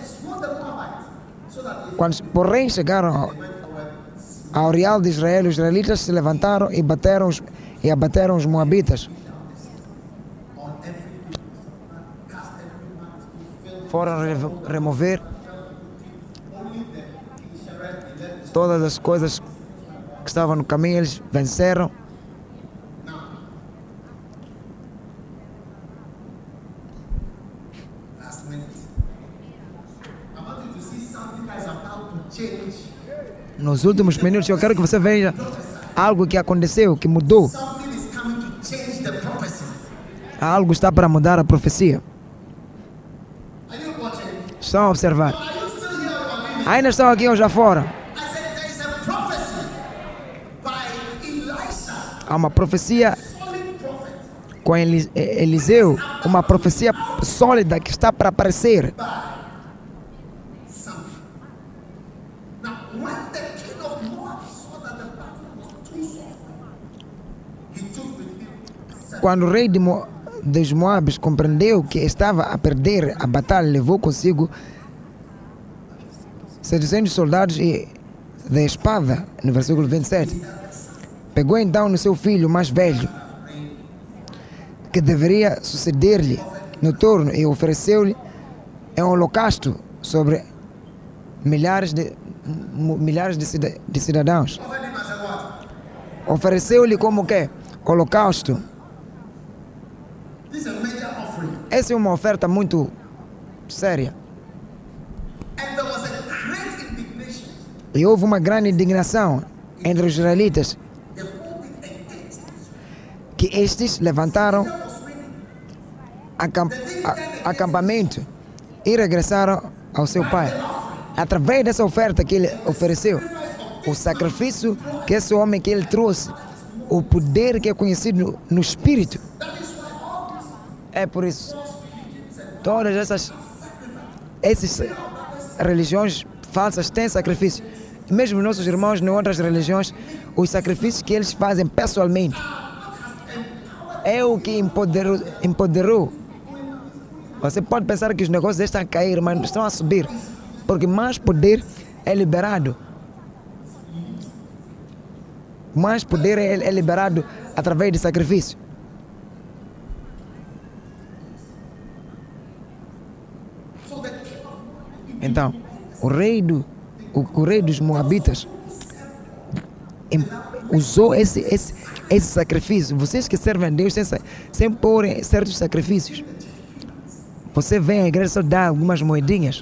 S2: Quando, porém, chegaram ao, ao real de Israel, os israelitas se levantaram e, bateram os, e abateram os moabitas. Foram remover todas as coisas que estavam no caminho, eles venceram. Nos últimos minutos eu quero que você veja algo que aconteceu, que mudou. Algo está para mudar a profecia. Estão a observar? Ainda estão aqui ou já fora? Há uma profecia com Eliseu, uma profecia sólida que está para aparecer. Quando o rei de Mo, dos Moabes compreendeu que estava a perder a batalha, levou consigo setecentos soldados e de espada, no versículo vinte e sete. Pegou então no seu filho mais velho, que deveria suceder-lhe no trono, e ofereceu-lhe um holocausto sobre milhares de, milhares de, de cidadãos. Ofereceu-lhe como que? Holocausto. Essa é uma oferta muito séria. E houve uma grande indignação entre os israelitas, que estes levantaram acamp a, acampamento e regressaram ao seu pai. Através dessa oferta que ele ofereceu, o sacrifício que esse homem que ele trouxe, o poder que é conhecido no espírito. É por isso, todas essas, essas religiões falsas têm sacrifício. Mesmo nossos irmãos em outras religiões, os sacrifícios que eles fazem pessoalmente é o que empoderou, empoderou. Você pode pensar que os negócios estão a cair, mas estão a subir, porque mais poder é liberado. Mais poder é, é liberado através de sacrifício. Então, o rei, do, o, o rei dos Moabitas em, usou esse, esse, esse sacrifício. Vocês que servem a Deus sem, sem pôr certos sacrifícios. Você vem à igreja só dá algumas moedinhas.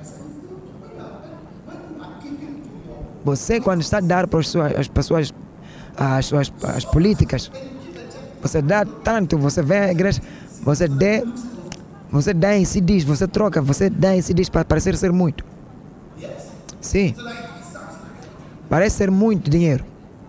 S2: Você, quando está a dar para as, suas, as pessoas as suas as políticas, você dá tanto, você vem à igreja, você dá, você dá em C Ds, você troca, você dá em C Ds para parecer ser muito. Sim. Parece ser muito dinheiro.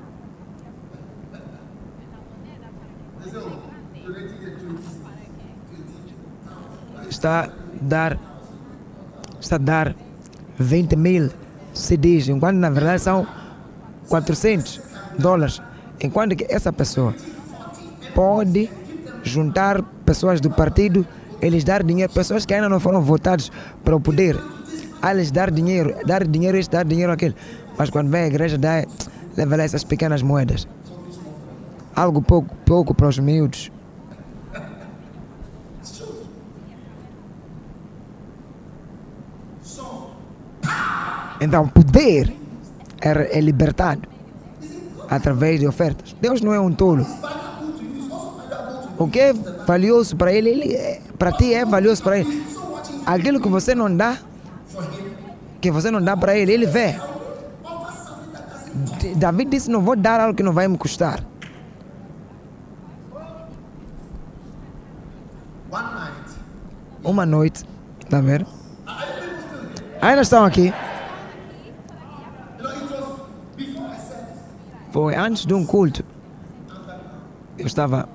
S2: Está a dar, está a dar vinte mil C Ds, enquanto na verdade são quatrocentos dólares. Enquanto que essa pessoa pode juntar pessoas do partido, eles dar dinheiro, pessoas que ainda não foram votados para o poder, a eles dar dinheiro, dar dinheiro este, dar dinheiro aquele. Mas quando vem a igreja, dá, leva lá essas pequenas moedas. Algo pouco, pouco para os miúdos. Então, poder é, é libertado através de ofertas. Deus não é um tolo. O que é valioso para ele, ele para ti é valioso para ele. Aquilo que você não dá, que você não dá para ele, ele vê. Davi disse: não vou dar algo que não vai me custar. Uma noite, tá vendo? Ainda estão aqui. Foi antes de um culto. Eu estava.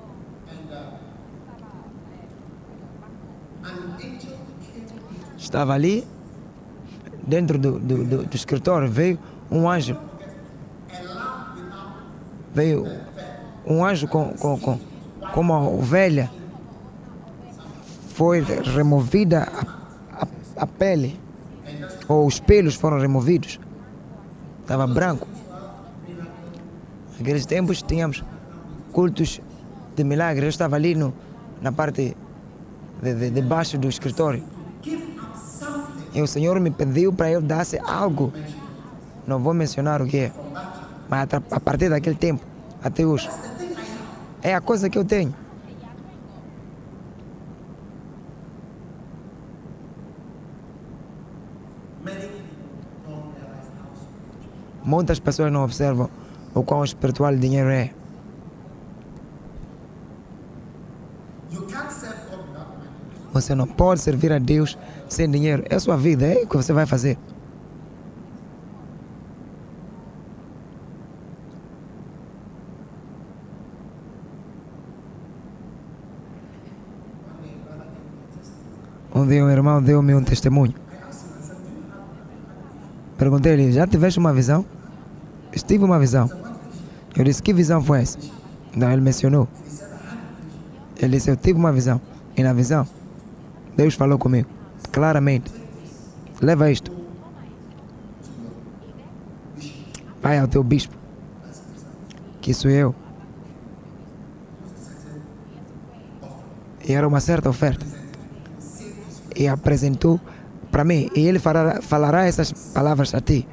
S2: Estava ali, dentro do, do, do, do escritório, veio um anjo. Veio um anjo com, com, com, com uma ovelha. Foi removida a, a, a pele, ou os pelos foram removidos. Estava branco. Naqueles tempos tínhamos cultos de milagres. Eu estava ali no, na parte de, de, de baixo do escritório. E o Senhor me pediu para eu dar-se algo. Não vou mencionar o que é. Mas a partir daquele tempo, até hoje, é a coisa que eu tenho. Muitas pessoas não observam o quão espiritual o dinheiro é. Você não pode servir a Deus sem dinheiro. É a sua vida, é o que você vai fazer. Um dia um irmão deu-me um testemunho. Perguntei-lhe: já tiveste uma visão? Tive uma visão. Eu disse: que visão foi essa? Então ele mencionou. Ele disse, eu tive uma visão. E na visão, Deus falou comigo, claramente. Leva isto. Vai ao teu bispo. Que sou eu. E era uma certa oferta. E apresentou para mim. E ele falará, falará essas palavras a ti.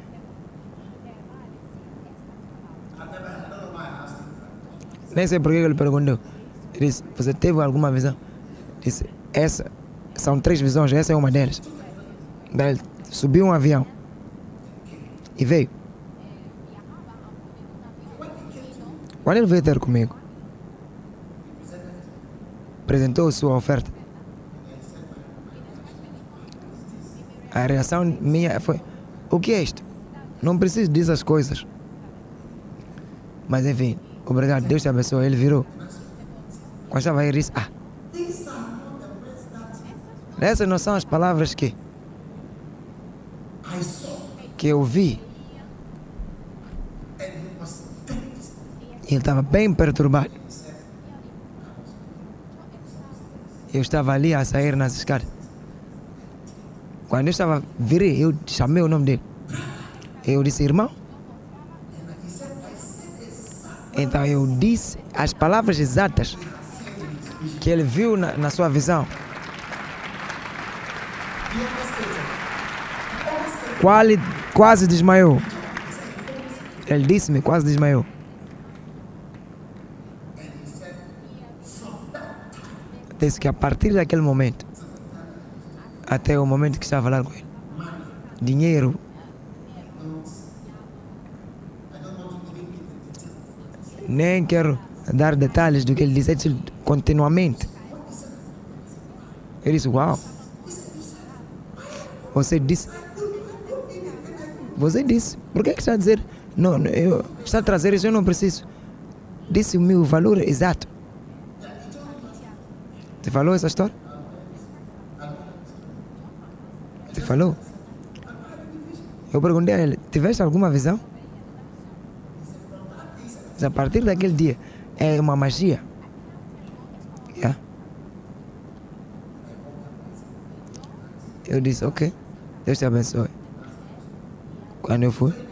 S2: Nem sei por que ele perguntou. Ele disse, você teve alguma visão? Disse, essa, são três visões, essa é uma delas. Daí ele subiu um avião e veio. Quando ele veio ter comigo, apresentou a sua oferta. A reação minha foi, o que é isto? Não preciso dessas coisas. Mas enfim, obrigado, Deus te abençoe. Ele virou. Quando estava aí, ele disse, ah, essas não são as palavras que, que eu vi. E ele estava bem perturbado. Eu estava ali a sair nas escadas. Quando eu estava, virei, eu chamei o nome dele. Eu disse, irmão. Então eu disse as palavras exatas que ele viu na, na sua visão. Quali, quase desmaiou. Ele disse-me, quase desmaiou. Disse que a partir daquele momento, até o momento que estava falando com ele, dinheiro, nem quero dar detalhes do que ele disse continuamente. Ele disse, uau, você disse, você disse, por que, que está a dizer, não, eu, está a trazer isso, eu não preciso. Disse o meu valor exato. Te falou essa história? Te falou? Eu perguntei a ele, tiveste alguma visão? Mas a partir daquele dia, é uma magia. Yeah. Eu disse, ok, Deus te abençoe. Quando eu fui,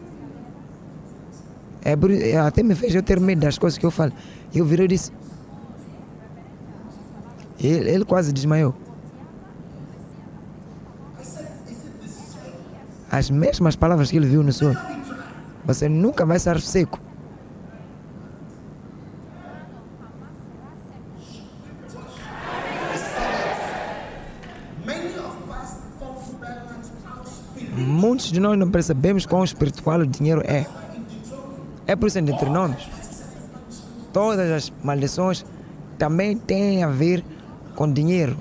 S2: é por, até me fez eu ter medo das coisas que eu falo. Eu virei e disse, ele, ele quase desmaiou. As mesmas palavras que ele viu no sonho. Você nunca vai estar seco. Muitos de nós não percebemos quão espiritual o dinheiro é. É por isso em Deuteronômios, todas as maldições também têm a ver com dinheiro.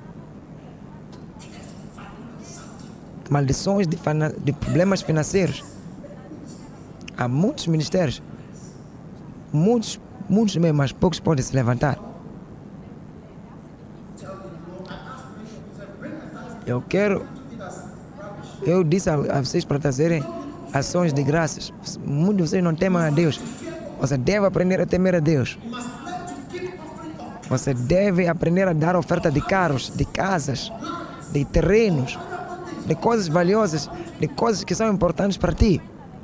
S2: Maldições de, de problemas financeiros. Há muitos ministérios, muitos, muitos mesmo, mas poucos podem se levantar. Eu quero, eu disse a, a vocês para trazerem ações de graças. Muitos de vocês não temem a Deus. Você deve aprender a temer a Deus. Você deve aprender a dar oferta de carros, de casas, de terrenos, de coisas valiosas, de coisas que são importantes para ti.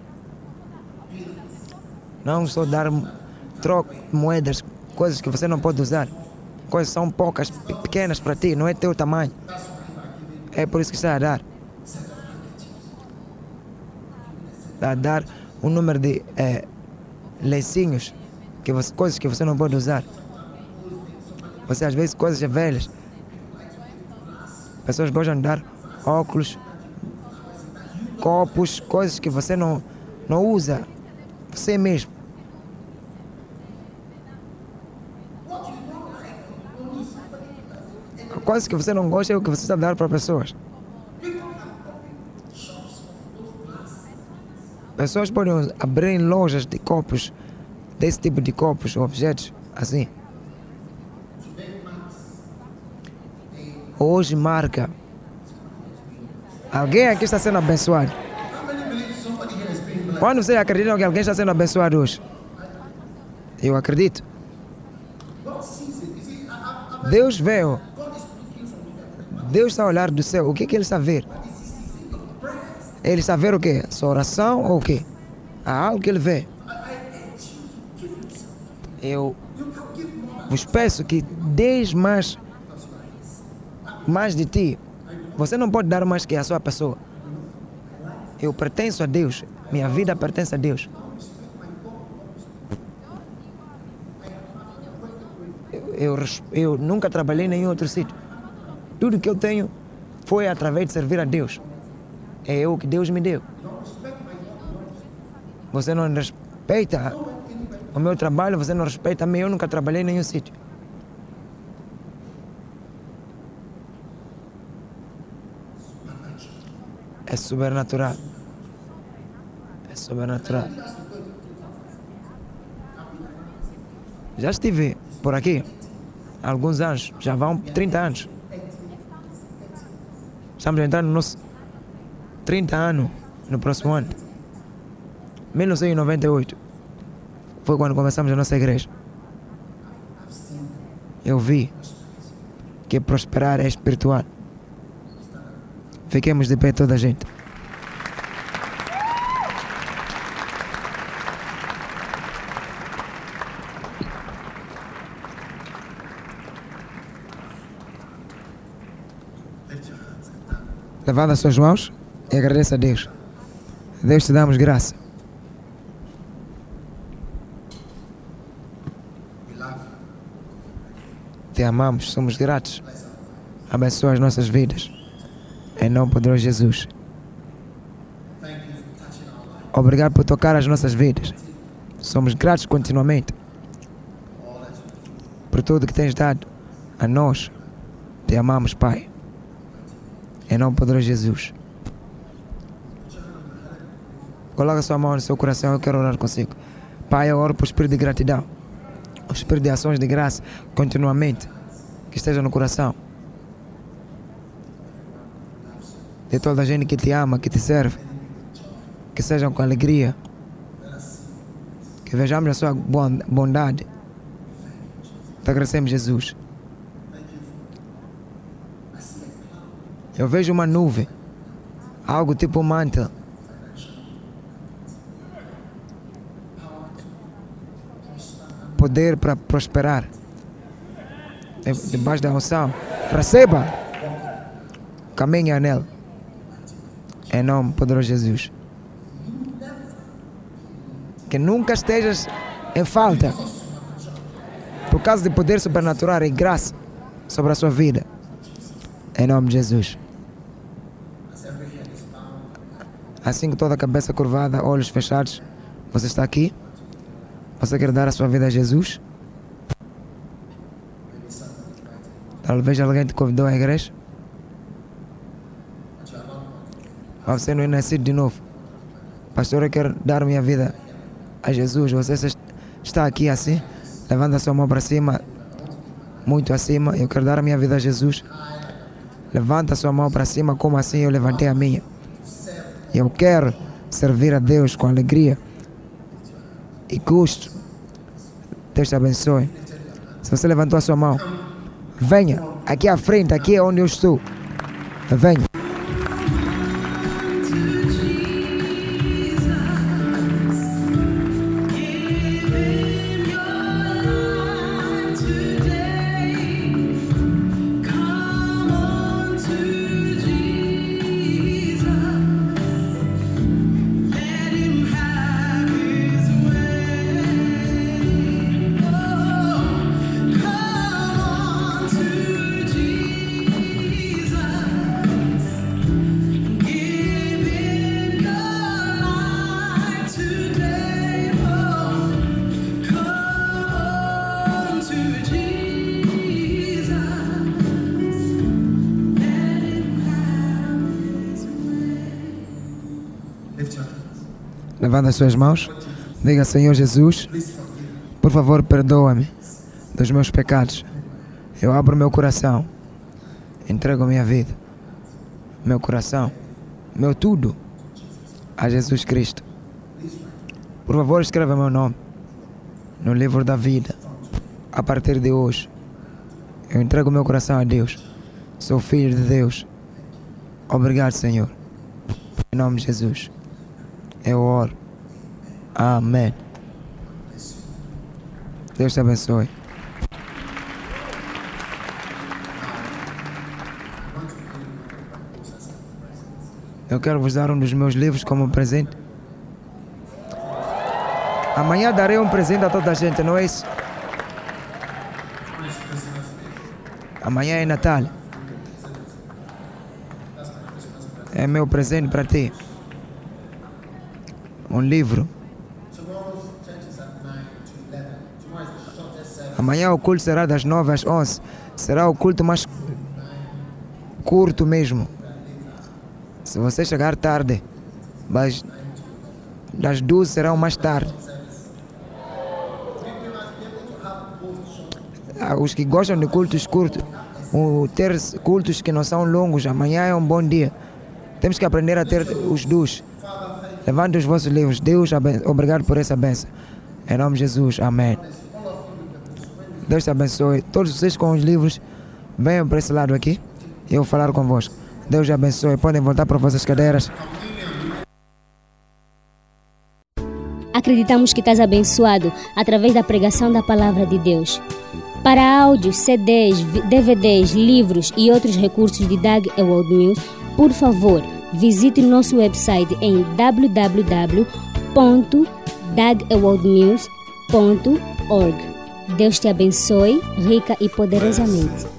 S2: Não só dar troco, moedas, coisas que você não pode usar. Coisas são poucas, pequenas para ti, não é teu tamanho. É por isso que está a dar. A dar um número de é, lencinhos, que você, coisas que você não pode usar. Você às vezes coisas velhas. Pessoas gostam de dar óculos, copos, coisas que você não, não usa. Você mesmo. Coisas que você não gosta é o que você está dando para pessoas. Pessoas podem abrir lojas de copos, desse tipo de copos, objetos, assim. Hoje marca. Alguém aqui está sendo abençoado. Quando vocês acreditam que alguém está sendo abençoado hoje? Eu acredito. Deus veio. Deus está a olhar do céu. O que, que Ele está a ver? Ele está a ver o quê? Sua oração ou o quê? Há algo que Ele vê. Eu vos peço que deis mais, mais de ti. Você não pode dar mais que a sua pessoa. Eu pertenço a Deus. Minha vida pertence a Deus. Eu, eu, eu nunca trabalhei em nenhum outro sítio. Tudo que eu tenho foi através de servir a Deus. É o que Deus me deu. Você não respeita o meu trabalho, você não respeita a mim. Eu nunca trabalhei em nenhum sítio. É sobrenatural. É sobrenatural. Já estive por aqui há alguns anos, já vão trinta anos. Estamos a entrar no nosso trinta anos no próximo ano. mil novecentos e noventa e oito foi quando começamos a nossa igreja. Eu vi que prosperar é espiritual. Fiquemos de pé toda a gente. Levanta as suas mãos e agradeça a Deus. Deus te damos graça. Te amamos, somos gratos. Abençoa as nossas vidas. Em nome poderoso de Jesus. Obrigado por tocar as nossas vidas. Somos gratos continuamente por tudo que tens dado a nós. Te amamos, Pai. Em nome poderoso de Jesus. Coloca sua mão no seu coração, eu quero orar consigo. Pai, eu oro por espírito de gratidão. O espírito de ações de graça, continuamente, que esteja no coração. De toda a gente que te ama, que te serve. Que sejam com alegria. Que vejamos a sua bondade. Te agradecemos, Jesus. Eu vejo uma nuvem, algo tipo um manto. Poder para prosperar. Debaixo da unção. Receba. Caminha nele. Em nome poderoso de Jesus. Que nunca estejas em falta. Por causa de poder sobrenatural e graça sobre a sua vida. Em nome de Jesus. Assim que toda a cabeça curvada, olhos fechados, você está aqui? Você quer dar a sua vida a Jesus? Talvez alguém te convidou à igreja? Mas você não é nascido de novo. Pastor, eu quero dar minha vida a Jesus. Você está aqui assim? Levanta a sua mão para cima. Muito acima. Eu quero dar a minha vida a Jesus. Levanta a sua mão para cima. Como assim eu levantei a minha? Eu quero servir a Deus com alegria e gosto. Deus te abençoe. Se você levantou a sua mão, venha aqui à frente, aqui é onde eu estou. Venha. Levanta as suas mãos. Diga: Senhor Jesus, por favor, perdoa-me dos meus pecados. Eu abro meu coração. Entrego a minha vida, meu coração, meu tudo a Jesus Cristo. Por favor, escreva meu nome no livro da vida. A partir de hoje, Eu entrego o meu coração a Deus. Sou filho de Deus. Obrigado, Senhor. Em nome de Jesus. Eu oro. Amém. Deus te abençoe. Eu quero vos dar um dos meus livros como presente. Amanhã darei um presente a toda a gente, não é isso? Amanhã é Natal. É meu presente para ti. Um livro. Amanhã o culto será das nove às onze. Será o culto mais curto mesmo. Se você chegar tarde, mas das duas será o mais tarde. Os que gostam de cultos curtos, ter cultos que não são longos, amanhã é um bom dia. Temos que aprender a ter os dois. Levante os vossos livros. Deus, obrigado por essa bênção. Em nome de Jesus, amém. Deus te abençoe. Todos vocês com os livros, venham para esse lado aqui e eu vou falar convosco. Deus te abençoe. Podem voltar para vossas cadeiras.
S3: Acreditamos que estás abençoado através da pregação da palavra de Deus. Para áudios, C Ds, D V Ds, livros e outros recursos de Doug Ewald Mills, por favor, visite nosso website em w w w ponto doug ewald mills ponto org. Deus te abençoe, rica e poderosamente.